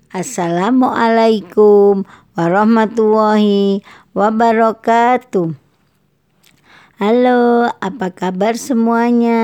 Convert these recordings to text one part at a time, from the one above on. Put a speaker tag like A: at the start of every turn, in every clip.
A: Assalamualaikum warahmatullahi wabarakatuh. Halo, apa kabar semuanya?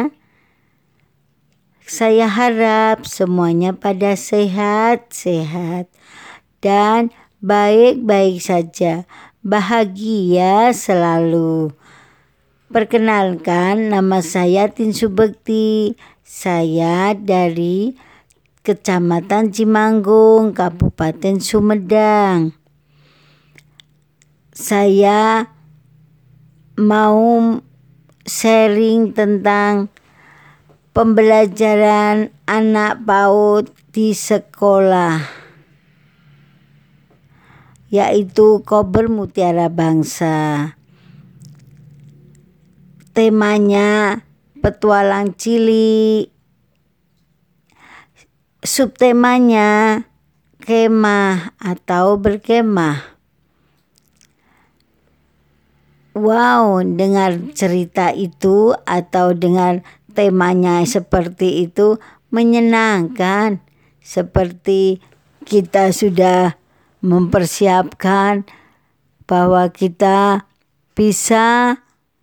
A: Saya harap semuanya pada sehat-sehat dan baik-baik saja, bahagia selalu. Perkenalkan, nama saya Tinsu Bekti. Saya dari Kecamatan Cimanggung, Kabupaten Sumedang. Saya mau sharing tentang pembelajaran anak PAUD di sekolah, yaitu Kober Mutiara Bangsa. Temanya petualang cilik. Subtemanya kemah atau berkemah. Wow, dengar cerita itu atau dengar temanya seperti itu menyenangkan. Seperti kita sudah mempersiapkan bahwa kita bisa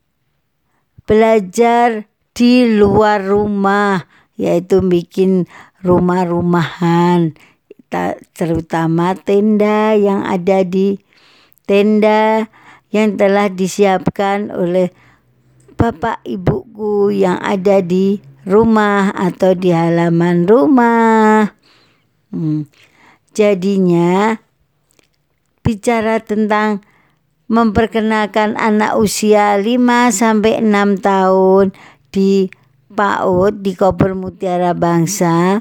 A: belajar di luar rumah, yaitu bikin rumah-rumahan, terutama tenda yang ada di tenda yang telah disiapkan oleh bapak ibuku yang ada di rumah atau di halaman rumah. Jadinya bicara tentang memperkenalkan anak usia 5-6 tahun di PAUD di Kober Mutiara Bangsa,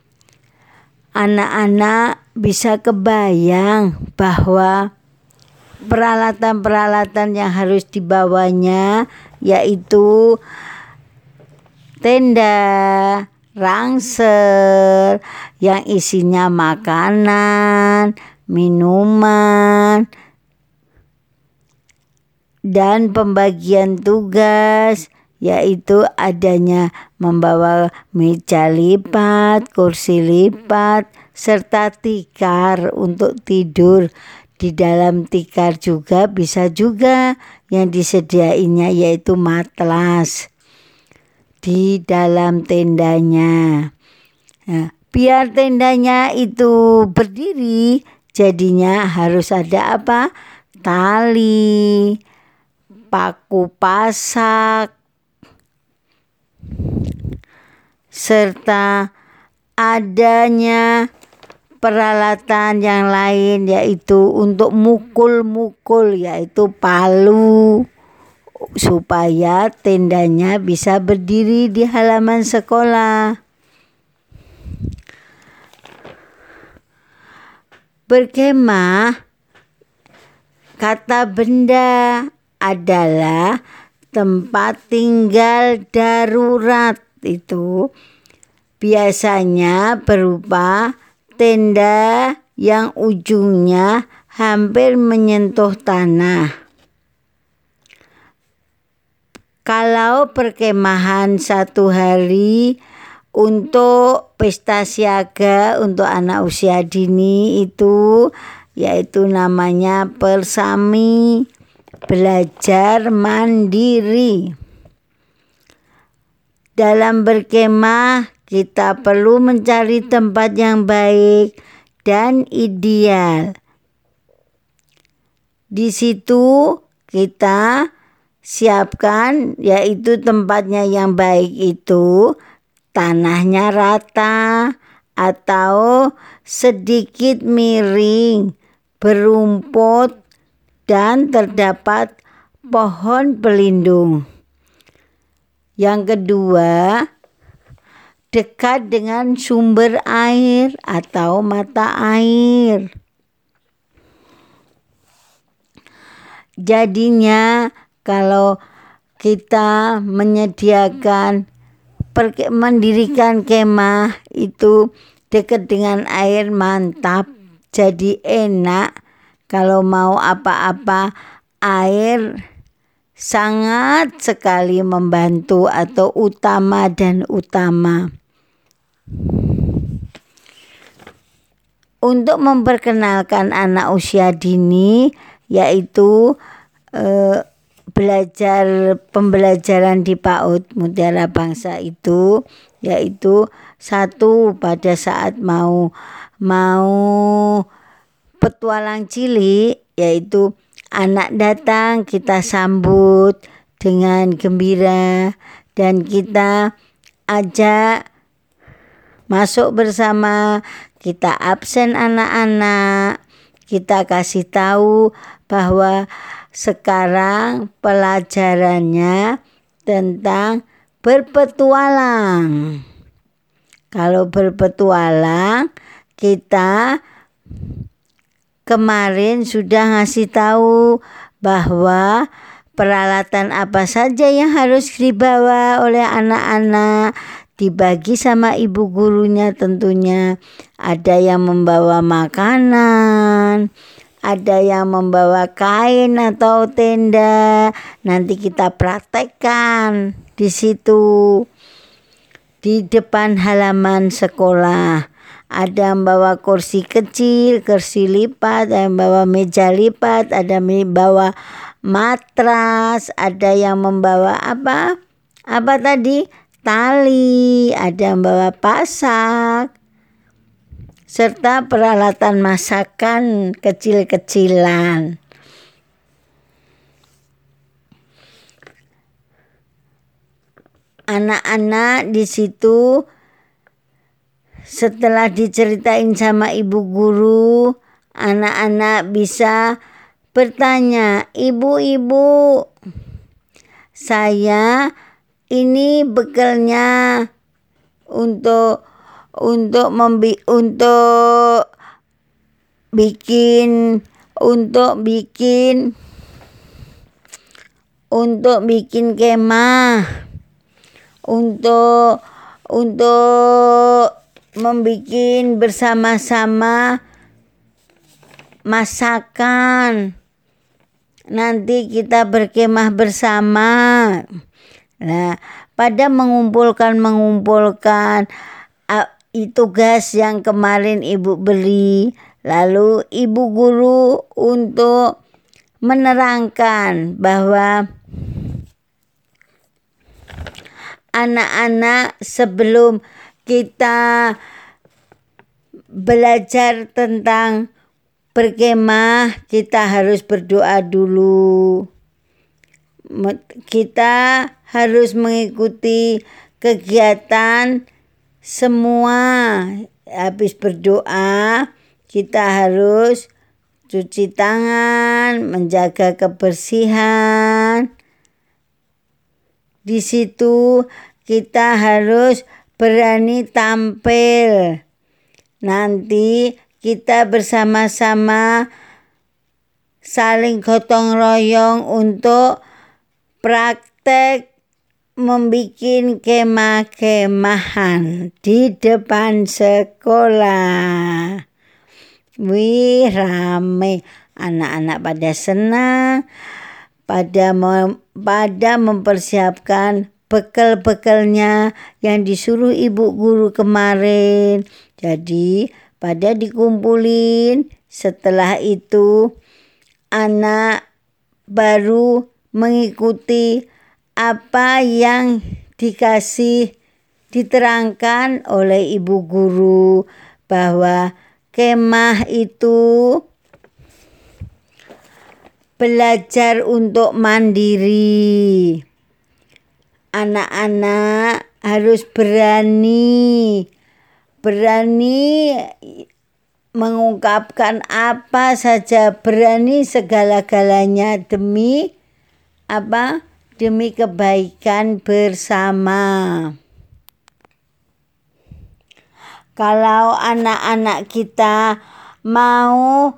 A: anak-anak bisa kebayang bahwa peralatan-peralatan yang harus dibawanya yaitu tenda, rangsel yang isinya makanan, minuman, dan pembagian tugas, yaitu adanya membawa meja lipat, kursi lipat, serta tikar untuk tidur. Di dalam tikar juga bisa juga yang disediainya yaitu matras di dalam tendanya. Nah, biar tendanya itu berdiri, jadinya harus ada apa? Tali, paku pasak, serta adanya peralatan yang lain yaitu untuk mukul-mukul, yaitu palu, supaya tendanya bisa berdiri di halaman sekolah. Berkemah, kata benda adalah tempat tinggal darurat. Itu biasanya berupa tenda yang ujungnya hampir menyentuh tanah. Kalau perkemahan 1 hari untuk pesta siaga untuk anak usia dini itu, yaitu namanya persami belajar mandiri. Dalam berkemah kita perlu mencari tempat yang baik dan ideal. Di situ kita siapkan, yaitu tempatnya yang baik itu tanahnya rata atau sedikit miring, berumput, dan terdapat pohon pelindung. Yang kedua, dekat dengan sumber air atau mata air. Jadinya kalau kita mendirikan kemah itu dekat dengan air, mantap. Jadi enak kalau mau apa-apa, air sangat sekali membantu atau utama dan utama. untuk memperkenalkan anak usia dini, yaitu pembelajaran di PAUD Mutiara Bangsa itu, yaitu satu, pada saat mau petualang cilik, yaitu anak datang kita sambut dengan gembira dan kita ajak masuk bersama, kita absen anak-anak, kita kasih tahu bahwa sekarang pelajarannya tentang berpetualang. Kalau berpetualang, kita kemarin sudah ngasih tahu bahwa peralatan apa saja yang harus dibawa oleh anak-anak, dibagi sama ibu gurunya tentunya. Ada yang membawa makanan, ada yang membawa kain atau tenda. Nanti kita praktekkan di situ, di depan halaman sekolah. Ada yang bawa kursi kecil, kursi lipat, ada yang bawa meja lipat, ada yang bawa matras, ada yang membawa apa tadi? Tali, ada yang bawa pasak, serta peralatan masakan kecil-kecilan. Anak-anak di situ setelah diceritain sama ibu guru, anak-anak bisa bertanya, "Ibu-ibu, saya ini bekalnya untuk bikin kemah, untuk membikin bersama-sama masakan. Nanti kita berkemah bersama." Nah, pada mengumpulkan tugas yang kemarin ibu beri, lalu ibu guru untuk menerangkan bahwa anak-anak sebelum kita belajar tentang berkemah, kita harus berdoa dulu. Kita harus mengikuti kegiatan semua. Habis berdoa, kita harus cuci tangan, menjaga kebersihan. Di situ kita harus berani tampil. Nanti kita bersama-sama saling gotong royong untuk praktek membikin kemah-kemahan di depan sekolah. Wih, rame. Anak-anak pada senang, pada mempersiapkan bekal-bekalnya yang disuruh ibu guru kemarin. Jadi pada dikumpulin. Setelah itu anak baru mengikuti apa yang diterangkan oleh ibu guru, bahwa kemah itu belajar untuk mandiri. Anak-anak harus berani mengungkapkan apa saja, berani segala-galanya demi apa? Demi kebaikan bersama. Kalau anak-anak kita mau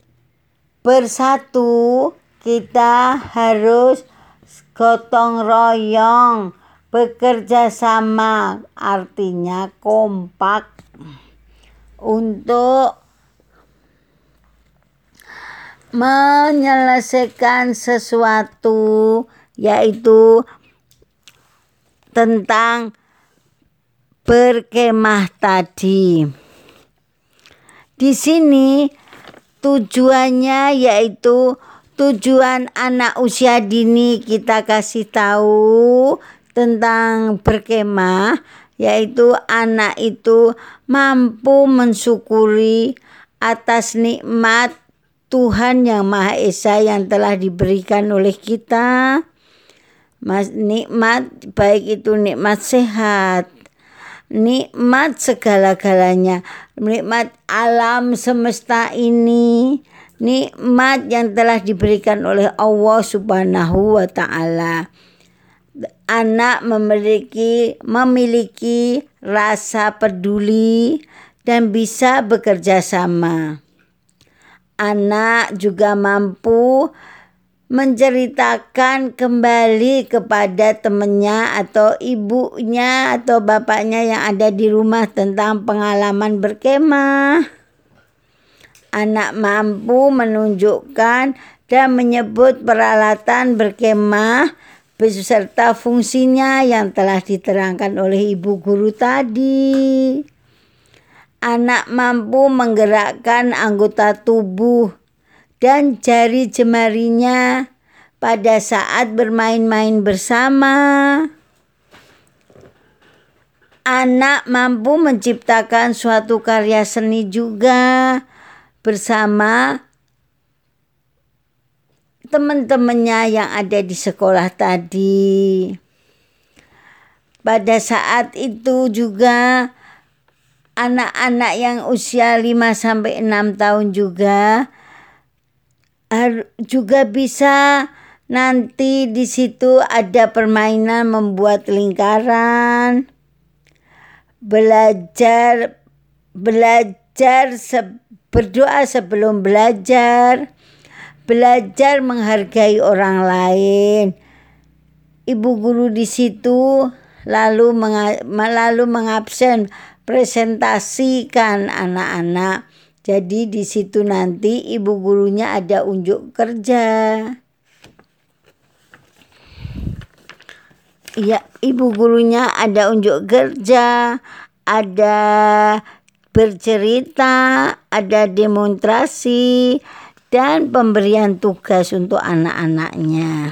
A: bersatu, kita harus gotong royong, bekerja sama, artinya kompak untuk menyelesaikan sesuatu, yaitu tentang berkemah tadi. Di sini tujuannya yaitu tujuan anak usia dini kita kasih tahu tentang berkemah, yaitu anak itu mampu mensyukuri atas nikmat Tuhan Yang Maha Esa yang telah diberikan oleh kita. Nikmat baik itu nikmat sehat, nikmat segala-galanya, nikmat alam semesta ini, nikmat yang telah diberikan oleh Allah Subhanahu wa Ta'ala. Anak memiliki rasa peduli dan bisa bekerja sama. Anak juga mampu menceritakan kembali kepada temannya atau ibunya atau bapaknya yang ada di rumah tentang pengalaman berkemah. Anak mampu menunjukkan dan menyebut peralatan berkemah beserta fungsinya yang telah diterangkan oleh ibu guru tadi. Anak mampu menggerakkan anggota tubuh dan jari jemarinya pada saat bermain-main bersama. Anak mampu menciptakan suatu karya seni juga bersama teman-temannya yang ada di sekolah tadi. Pada saat itu juga anak-anak yang usia 5-6 tahun juga bisa nanti di situ ada permainan membuat lingkaran, berdoa sebelum belajar menghargai orang lain. Ibu guru di situ lalu mengabsen presentasikan anak-anak. Jadi di situ nanti ibu gurunya ada unjuk kerja. Ya, ibu gurunya ada unjuk kerja, ada bercerita, ada demonstrasi, dan pemberian tugas untuk anak-anaknya.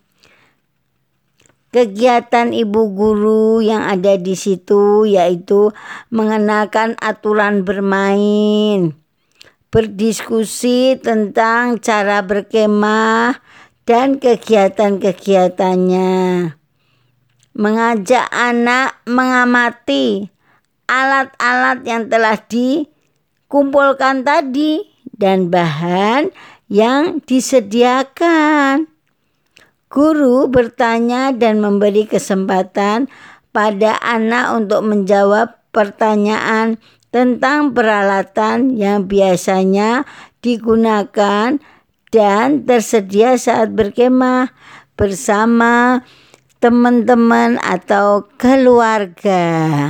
A: Kegiatan ibu guru yang ada di situ yaitu mengenalkan aturan bermain, berdiskusi tentang cara berkemah dan kegiatan-kegiatannya, mengajak anak mengamati alat-alat yang telah dikumpulkan tadi dan bahan yang disediakan. Guru bertanya dan memberi kesempatan pada anak untuk menjawab pertanyaan tentang peralatan yang biasanya digunakan dan tersedia saat berkemah bersama teman-teman atau keluarga.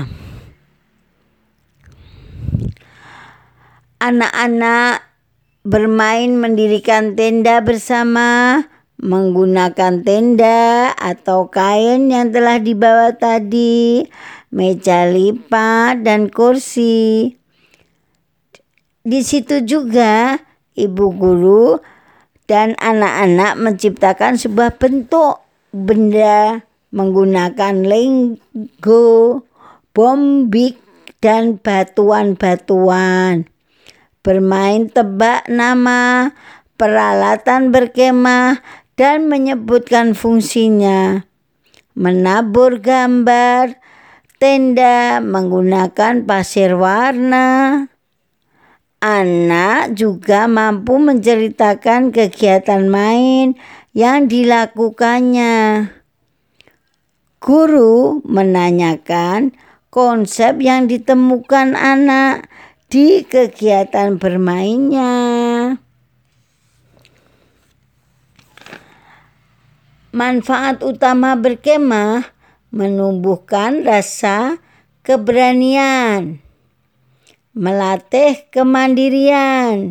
A: Anak-anak bermain mendirikan tenda bersama, menggunakan tenda atau kain yang telah dibawa tadi, meja lipat dan kursi. Di situ juga ibu guru dan anak-anak menciptakan sebuah bentuk benda menggunakan Lego, bombik dan batuan-batuan. Bermain tebak nama, peralatan berkemah, dan menyebutkan fungsinya. Menabur gambar tenda menggunakan pasir warna. Anak juga mampu menceritakan kegiatan main yang dilakukannya. Guru menanyakan konsep yang ditemukan anak di kegiatan bermainnya. Manfaat utama berkemah menumbuhkan rasa keberanian, melatih kemandirian.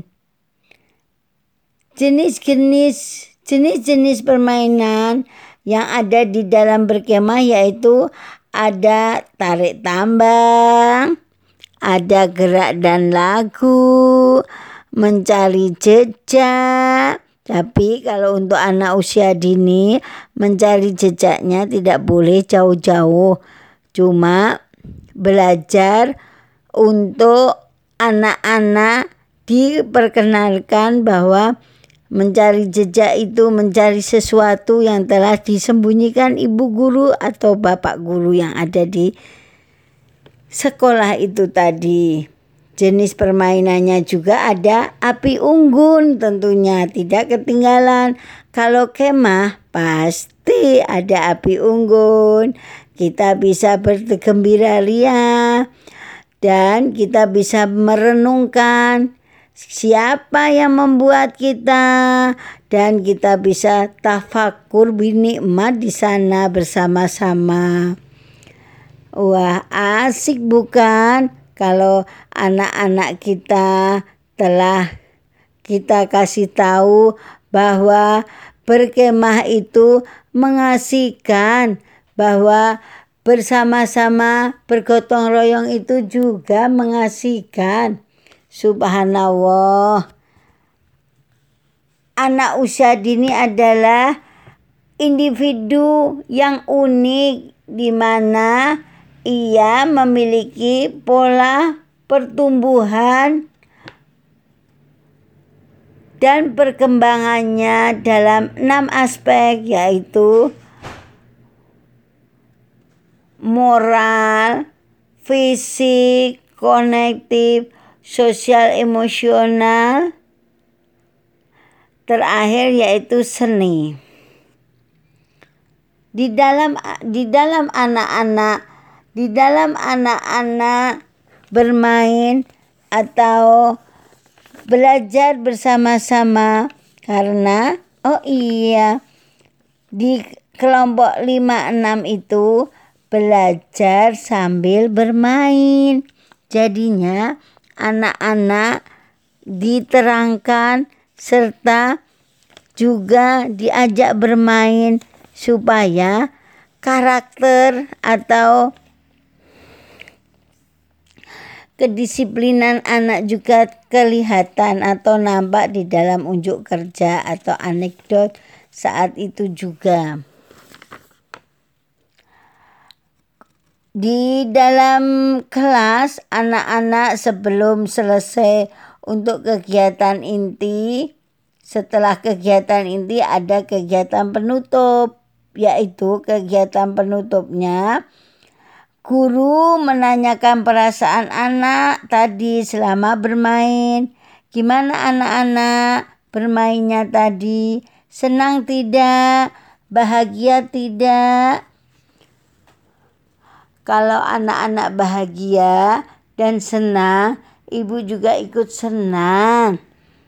A: Jenis-jenis permainan yang ada di dalam berkemah yaitu ada tarik tambang, ada gerak dan lagu, mencari jejak. Tapi kalau untuk anak usia dini, mencari jejaknya tidak boleh jauh-jauh. Cuma belajar untuk anak-anak diperkenalkan bahwa mencari jejak itu mencari sesuatu yang telah disembunyikan ibu guru atau bapak guru yang ada di sekolah itu tadi. Jenis permainannya juga ada api unggun, tentunya tidak ketinggalan. Kalau kemah pasti ada api unggun. Kita bisa bergembira ria dan kita bisa merenungkan siapa yang membuat kita, dan kita bisa tafakur binikmat di sana bersama-sama. Wah, asik bukan? Kalau anak-anak kita telah kita kasih tahu bahwa berkemah itu mengasihkan, bahwa bersama-sama bergotong royong itu juga mengasihkan. Subhanallah. Anak usia dini adalah individu yang unik di mana ia memiliki pola pertumbuhan dan perkembangannya dalam 6 aspek, yaitu moral, fisik, kognitif, sosial, emosional, terakhir yaitu seni. Di dalam anak-anak bermain atau belajar bersama-sama, karena di kelompok 5-6 itu belajar sambil bermain. Jadinya anak-anak diterangkan serta juga diajak bermain supaya karakter atau kedisiplinan anak juga kelihatan atau nampak di dalam unjuk kerja atau anekdot saat itu juga. Di dalam kelas, anak-anak sebelum selesai untuk kegiatan inti, setelah kegiatan inti ada kegiatan penutup, yaitu kegiatan penutupnya guru menanyakan perasaan anak tadi selama bermain. Gimana anak-anak bermainnya tadi? Senang tidak? Bahagia tidak? Kalau anak-anak bahagia dan senang, ibu juga ikut senang.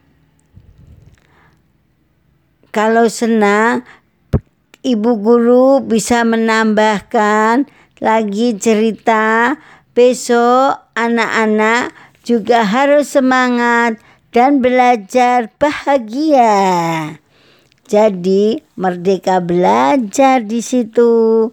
A: Kalau senang, ibu guru bisa menambahkan lagi cerita. Besok anak-anak juga harus semangat dan belajar bahagia. Jadi merdeka belajar di situ.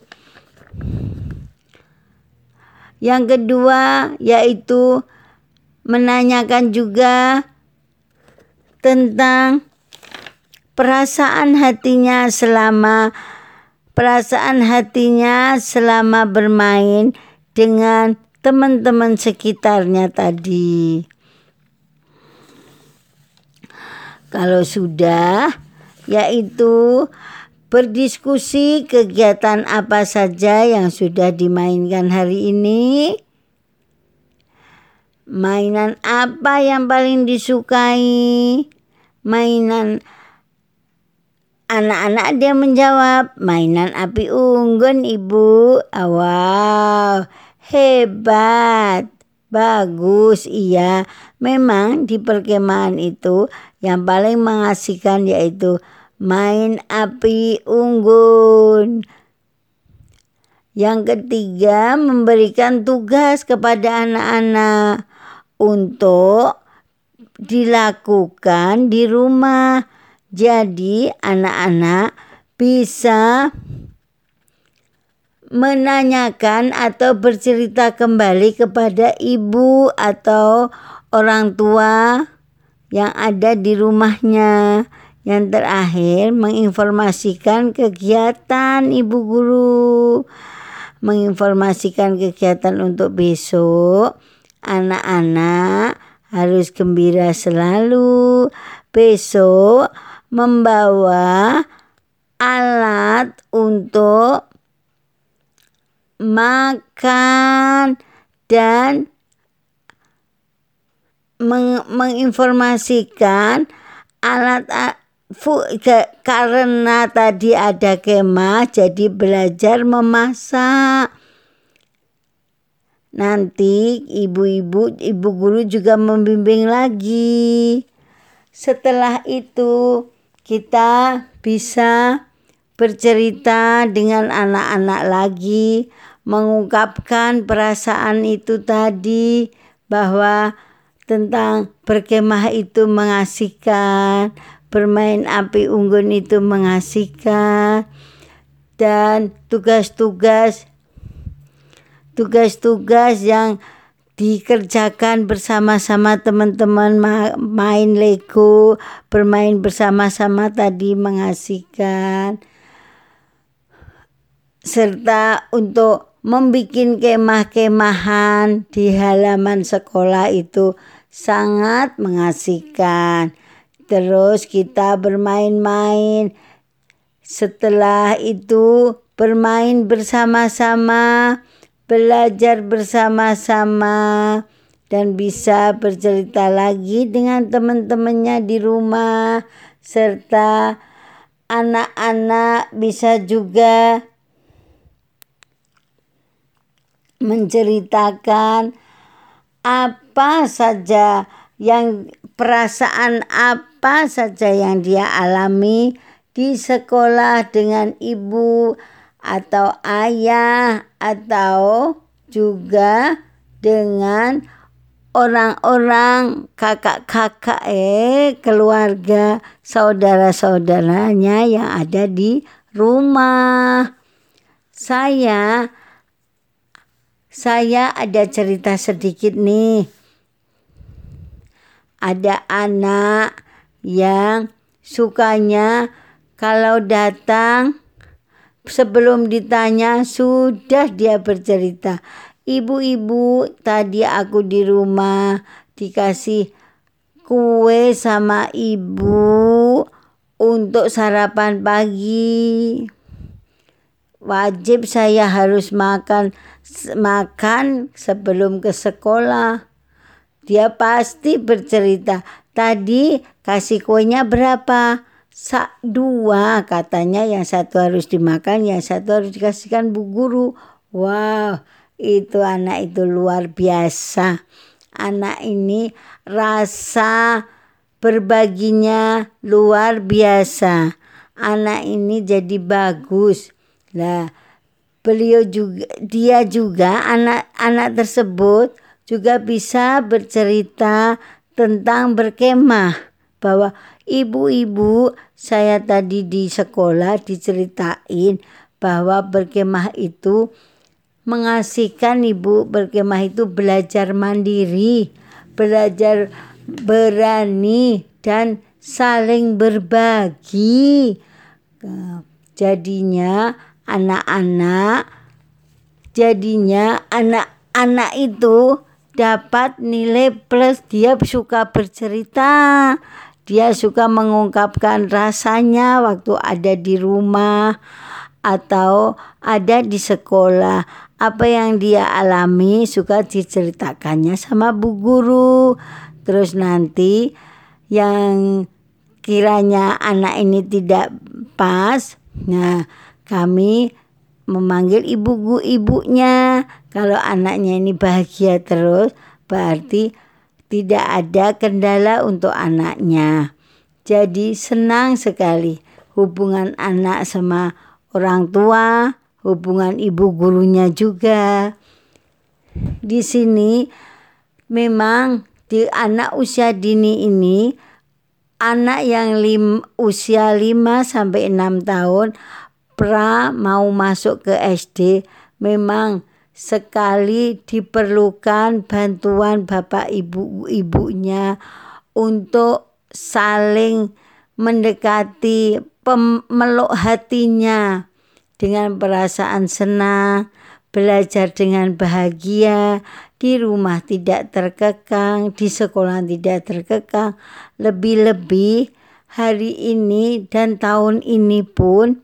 A: Yang kedua yaitu menanyakan juga tentang perasaan hatinya selama bermain dengan teman-teman sekitarnya tadi. Kalau sudah, yaitu berdiskusi kegiatan apa saja yang sudah dimainkan hari ini. Mainan apa yang paling disukai? Mainan anak-anak dia menjawab, mainan api unggun ibu. Wow, hebat, bagus. Iya, memang di perkemahan itu yang paling mengasihkan yaitu main api unggun. Yang ketiga, memberikan tugas kepada anak-anak untuk dilakukan di rumah. Jadi anak-anak bisa menanyakan atau bercerita kembali kepada ibu atau orang tua yang ada di rumahnya. Yang terakhir, menginformasikan kegiatan ibu guru. Menginformasikan kegiatan untuk besok. Anak-anak harus gembira selalu. Besok membawa alat untuk makan dan menginformasikan alat karena tadi ada kemah, jadi belajar memasak. Nanti ibu guru juga membimbing lagi. Setelah itu kita bisa bercerita dengan anak-anak lagi, mengungkapkan perasaan itu tadi, bahwa tentang berkemah itu mengasihkan, bermain api unggun itu mengasihkan, dan tugas-tugas yang dikerjakan bersama-sama teman-teman, main Lego, bermain bersama-sama tadi mengasihkan. Serta untuk membuat kemah-kemahan di halaman sekolah itu sangat mengasihkan. Terus kita bermain-main. Setelah itu bermain bersama-sama, belajar bersama-sama, dan bisa bercerita lagi dengan teman-temannya di rumah. Serta anak-anak bisa juga menceritakan apa saja perasaan apa saja yang dia alami di sekolah dengan ibu atau ayah, atau juga dengan orang-orang kakak-kakak keluarga, saudara-saudaranya yang ada di rumah. Saya ada cerita sedikit nih. Ada anak yang sukanya kalau datang sebelum ditanya sudah dia bercerita. Ibu-ibu, tadi aku di rumah dikasih kue sama ibu untuk sarapan pagi. Wajib saya harus makan sebelum ke sekolah. Dia pasti bercerita, tadi kasih kuenya berapa? 2 katanya, yang satu harus dimakan, yang satu harus dikasihkan bu guru. Wow, itu anak itu luar biasa. Anak ini rasa berbaginya luar biasa. Anak ini jadi bagus. Nah, dia juga anak tersebut juga bisa bercerita tentang berkemah, bahwa ibu-ibu, saya tadi di sekolah diceritain bahwa berkemah itu mengasihkan. Ibu berkemah itu belajar mandiri, belajar berani, dan saling berbagi. Jadinya anak-anak itu dapat nilai plus. Dia suka bercerita, dia suka mengungkapkan rasanya waktu ada di rumah atau ada di sekolah. Apa yang dia alami suka diceritakannya sama bu guru. Terus nanti yang kiranya anak ini tidak pas, nah kami memanggil ibunya. Kalau anaknya ini bahagia terus, berarti tidak ada kendala untuk anaknya. Jadi senang sekali hubungan anak sama orang tua, hubungan ibu gurunya juga. Di sini memang di anak usia dini ini, anak yang usia 5 sampai 6 tahun mau masuk ke SD, memang sekali diperlukan bantuan bapak ibunya untuk saling mendekati, pemeluk hatinya dengan perasaan senang, belajar dengan bahagia, di rumah tidak terkekang, di sekolah tidak terkekang. Lebih-lebih hari ini dan tahun ini pun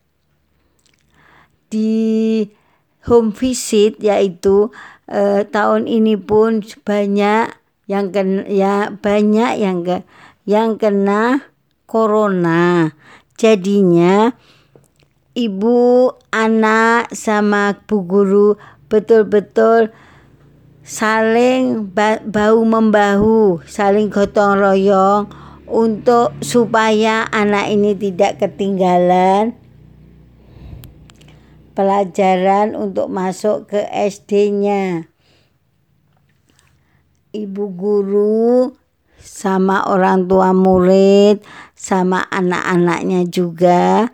A: di home visit, yaitu tahun ini pun banyak yang kena corona. Jadinya ibu, anak sama bu guru betul-betul saling bahu-membahu, saling gotong royong untuk supaya anak ini tidak ketinggalan pelajaran untuk masuk ke SD-nya. Ibu guru sama orang tua murid sama anak-anaknya juga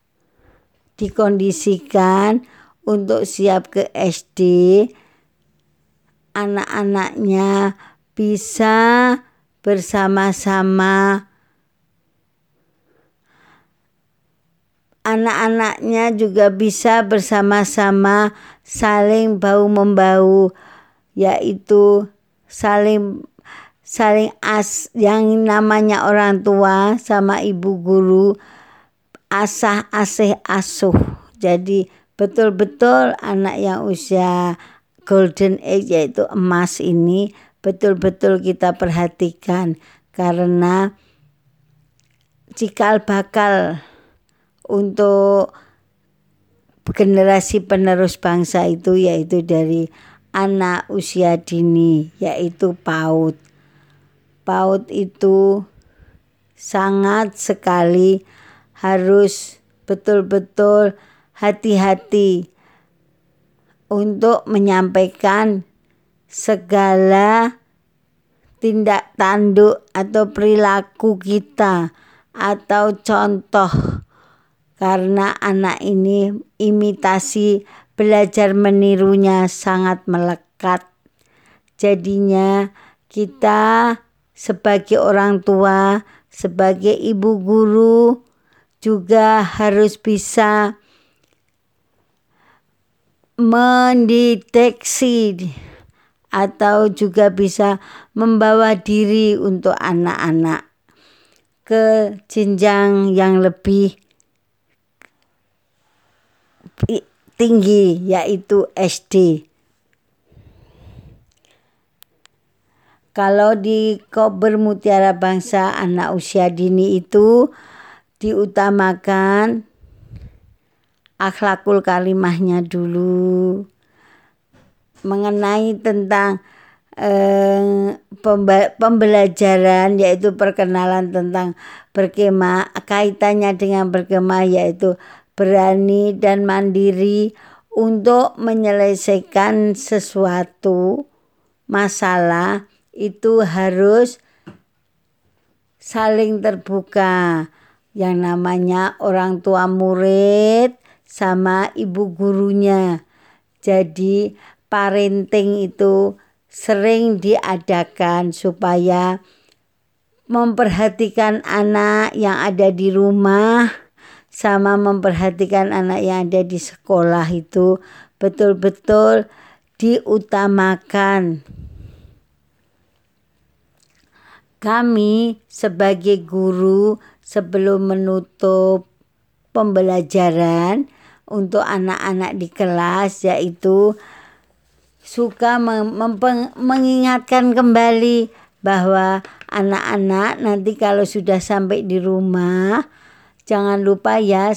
A: dikondisikan untuk siap ke SD. Anak-anaknya bisa bersama-sama, anak-anaknya juga bisa bersama-sama saling bahu-membahu, yaitu saling yang namanya orang tua sama ibu guru asuh. Jadi betul-betul anak yang usia golden age, yaitu emas ini, betul-betul kita perhatikan, karena cikal bakal untuk generasi penerus bangsa itu yaitu dari anak usia dini, yaitu PAUD. PAUD itu sangat sekali harus betul-betul hati-hati untuk menyampaikan segala tindak tanduk atau perilaku kita atau contoh, karena anak ini imitasi, belajar menirunya sangat melekat. Jadinya kita sebagai orang tua, sebagai ibu guru juga harus bisa mendeteksi atau juga bisa membawa diri untuk anak-anak ke jenjang yang lebih tinggi, yaitu SD. Kalau di Kober Mutiara Bangsa anak usia dini itu diutamakan akhlakul karimahnya dulu, mengenai tentang pembelajaran, yaitu perkenalan tentang berkemah, kaitannya dengan berkemah yaitu berani dan mandiri untuk menyelesaikan sesuatu masalah, itu harus saling terbuka, yang namanya orang tua murid sama ibu gurunya. Jadi parenting itu sering diadakan supaya memperhatikan anak yang ada di rumah sama memperhatikan anak yang ada di sekolah itu betul-betul diutamakan. Kami sebagai guru sebelum menutup pembelajaran untuk anak-anak di kelas, yaitu suka mengingatkan kembali bahwa anak-anak nanti kalau sudah sampai di rumah, jangan lupa ya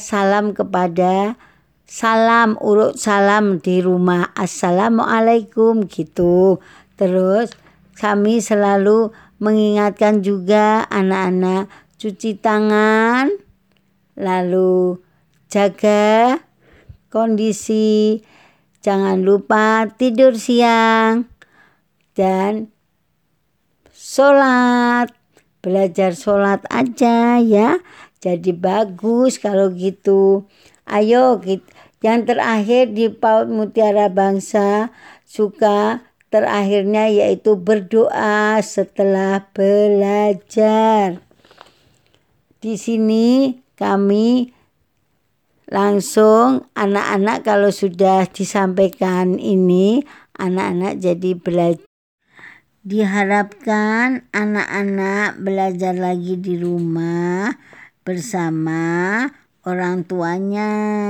A: urut salam di rumah, assalamualaikum gitu. Terus kami selalu mengingatkan juga anak-anak cuci tangan, lalu jaga kondisi, jangan lupa tidur siang dan sholat, belajar sholat aja ya. Jadi bagus kalau gitu. Ayo Yang terakhir di PAUD Mutiara Bangsa suka terakhirnya yaitu berdoa setelah belajar. Di sini kami langsung anak-anak kalau sudah disampaikan ini, anak-anak jadi belajar. Diharapkan anak-anak belajar lagi di rumah bersama orang tuanya.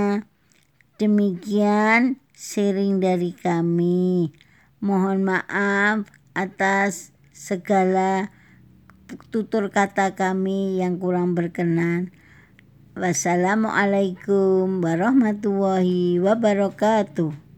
A: Demikian sharing dari kami. Mohon maaf atas segala tutur kata kami yang kurang berkenan. Wassalamualaikum warahmatullahi wabarakatuh.